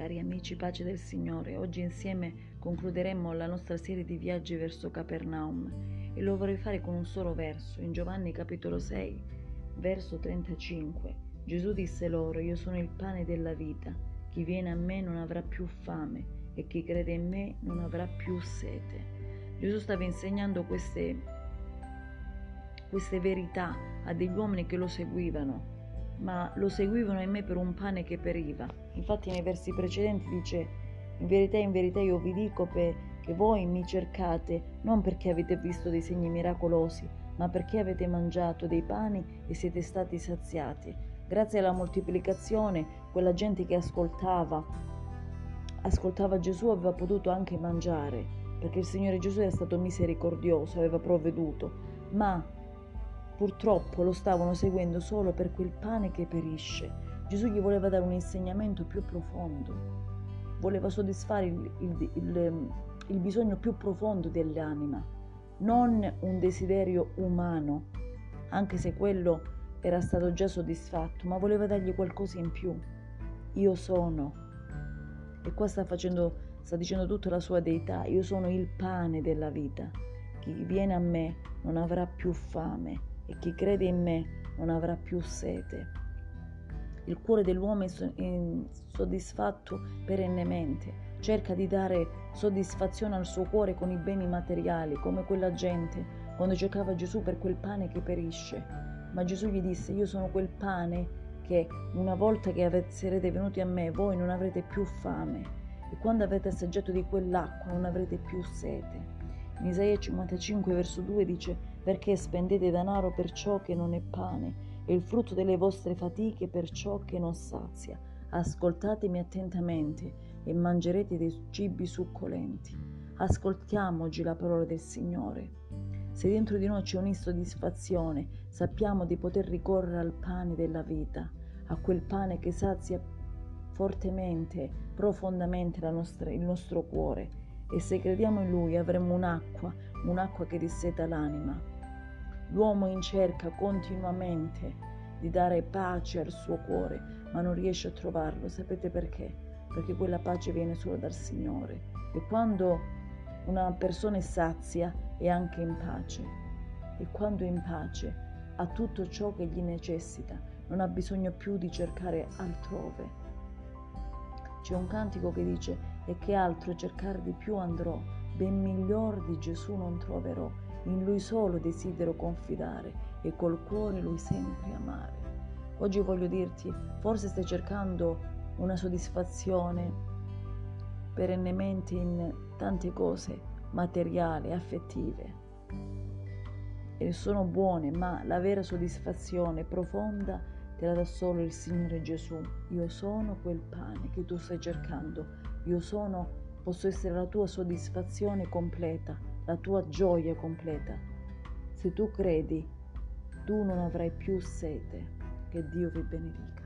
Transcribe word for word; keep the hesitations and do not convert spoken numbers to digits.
Cari amici, pace del Signore, oggi insieme concluderemo la nostra serie di viaggi verso Capernaum e lo vorrei fare con un solo verso. In Giovanni capitolo sei, verso trentacinque, Gesù disse loro: io sono il pane della vita, chi viene a me non avrà più fame e chi crede in me non avrà più sete. Gesù stava insegnando queste, queste verità a degli uomini che lo seguivano, ma lo seguivano in me per un pane che periva. Infatti nei versi precedenti dice: in verità, in verità io vi dico che voi mi cercate non perché avete visto dei segni miracolosi, ma perché avete mangiato dei pani e siete stati saziati. Grazie alla moltiplicazione, quella gente che ascoltava, ascoltava Gesù aveva potuto anche mangiare, perché il Signore Gesù era stato misericordioso, aveva provveduto, ma purtroppo lo stavano seguendo solo per quel pane che perisce. Gesù gli voleva dare un insegnamento più profondo, voleva soddisfare il, il, il, il bisogno più profondo dell'anima, non un desiderio umano, anche se quello era stato già soddisfatto, ma voleva dargli qualcosa in più. Io sono, e qua sta facendo, sta dicendo tutta la sua deità, io sono il pane della vita, chi viene a me non avrà più fame e chi crede in me non avrà più sete. Il cuore dell'uomo è insoddisfatto perennemente, cerca di dare soddisfazione al suo cuore con i beni materiali, come quella gente quando cercava Gesù per quel pane che perisce. Ma Gesù gli disse: io sono quel pane che una volta che sarete venuti a me voi non avrete più fame e quando avete assaggiato di quell'acqua non avrete più sete. In Isaia cinquantacinque verso due dice: perché spendete denaro per ciò che non è pane e il frutto delle vostre fatiche per ciò che non sazia. Ascoltatemi attentamente e mangerete dei cibi succolenti. Ascoltiamo oggi la parola del Signore. Se dentro di noi c'è un'insoddisfazione, sappiamo di poter ricorrere al pane della vita, a quel pane che sazia fortemente, profondamente la nostra, il nostro cuore. E se crediamo in Lui avremo un'acqua, un'acqua che disseta l'anima. L'uomo in cerca continuamente di dare pace al suo cuore, ma non riesce a trovarlo. Sapete perché? Perché quella pace viene solo dal Signore. E quando una persona è sazia è anche in pace. E quando è in pace ha tutto ciò che gli necessita, non ha bisogno più di cercare altrove. C'è un cantico che dice: e che altro cercare di più andrò, ben miglior di Gesù non troverò. In Lui solo desidero confidare e col cuore Lui sempre amare. Oggi voglio dirti, forse stai cercando una soddisfazione perennemente in tante cose materiali, affettive, e sono buone, ma la vera soddisfazione profonda te la dà solo il Signore Gesù. Io sono quel pane che tu stai cercando, io sono, posso essere la tua soddisfazione completa, la tua gioia completa. Se tu credi, tu non avrai più sete. Che Dio vi benedica.